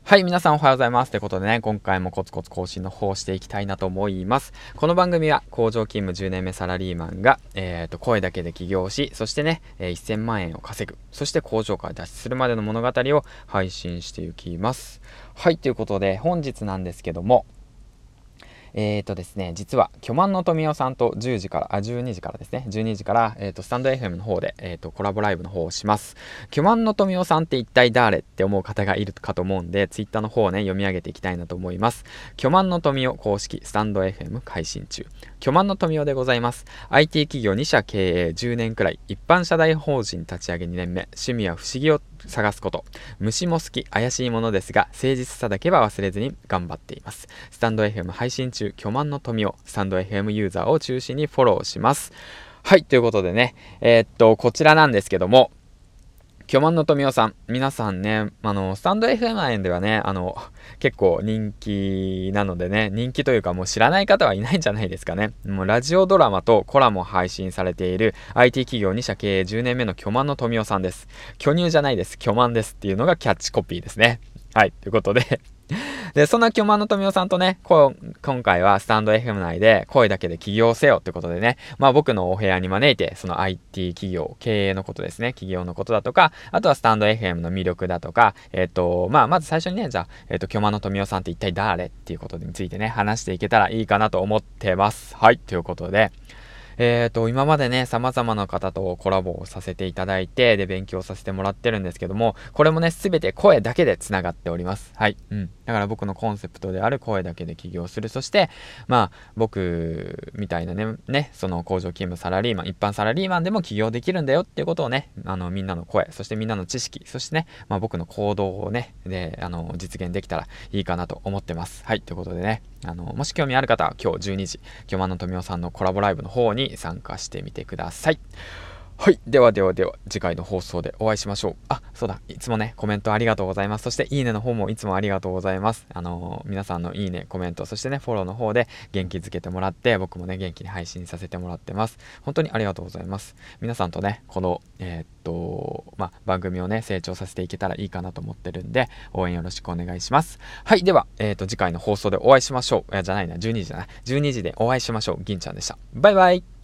はい、皆さんおはようございます。ということでね、今回もコツコツ更新の方をしていきたいなと思います。この番組は工場勤務10年目サラリーマンが、声だけで起業し、そしてね、1000万円を稼ぐ、そして工場から脱出するまでの物語を配信していきます。はい、ということで本日なんですけども、ですね、実は巨万の富代さんと12時からですね、12時から、スタンド FM の方で、コラボライブの方をします。巨万の富代さんって一体誰って思う方がいるかと思うんで、ツイッターの方をね、読み上げていきたいなと思います。巨万の富代公式スタンド FM 配信中。巨万の富代でございます。IT 企業2社経営10年くらい、一般社大法人立ち上げ2年目、趣味は不思議を探すこと。虫も好き、怪しいものですが、誠実さだけは忘れずに頑張っています。スタンド FM 配信中、巨万の富代、スタンド FM ユーザーを中心にフォローします。はい、ということでね、こちらなんですけども、巨万の富代さん、皆さんね、スタンド FM 内ではね、結構人気なのでね、人気というかもう知らない方はいないんじゃないですかね。もうラジオドラマとコラも配信されている IT 企業2社経営10年目の巨万の富代さんです。巨乳じゃないです。巨万ですっていうのがキャッチコピーですね。はい、ということでで、そんな巨万の富代さんとね、今回はスタンド FM 内で声だけで起業せよってことでね、僕のお部屋に招いて、その IT 企業、経営のことですね、企業のことだとか、あとはスタンド FM の魅力だとか、まず最初にね、じゃあ、巨万の富代さんって一体誰っていうことについてね、話していけたらいいかなと思ってます。はい、ということで、今までね、様々な方とコラボをさせていただいて、で、勉強させてもらってるんですけども、これもね、すべて声だけで繋がっております。はい。だから僕のコンセプトである声だけで起業する。そして、僕みたいなね、その工場勤務サラリーマン、一般サラリーマンでも起業できるんだよっていうことをね、みんなの声、そしてみんなの知識、そしてね、僕の行動をね、で、実現できたらいいかなと思ってます。はい。ということでね、もし興味ある方は今日12時、巨万の富代さんのコラボライブの方に参加してみてください。はい。では次回の放送でお会いしましょう。あ、そうだ。いつもね、コメントありがとうございます。そして、いいねの方もいつもありがとうございます。皆さんのいいね、コメント、そしてね、フォローの方で元気づけてもらって、僕もね、元気に配信させてもらってます。本当にありがとうございます。皆さんとね、この、番組をね、成長させていけたらいいかなと思ってるんで、応援よろしくお願いします。はい。では、次回の放送でお会いしましょう。じゃないな、12時だな。12時でお会いしましょう。銀ちゃんでした。バイバイ。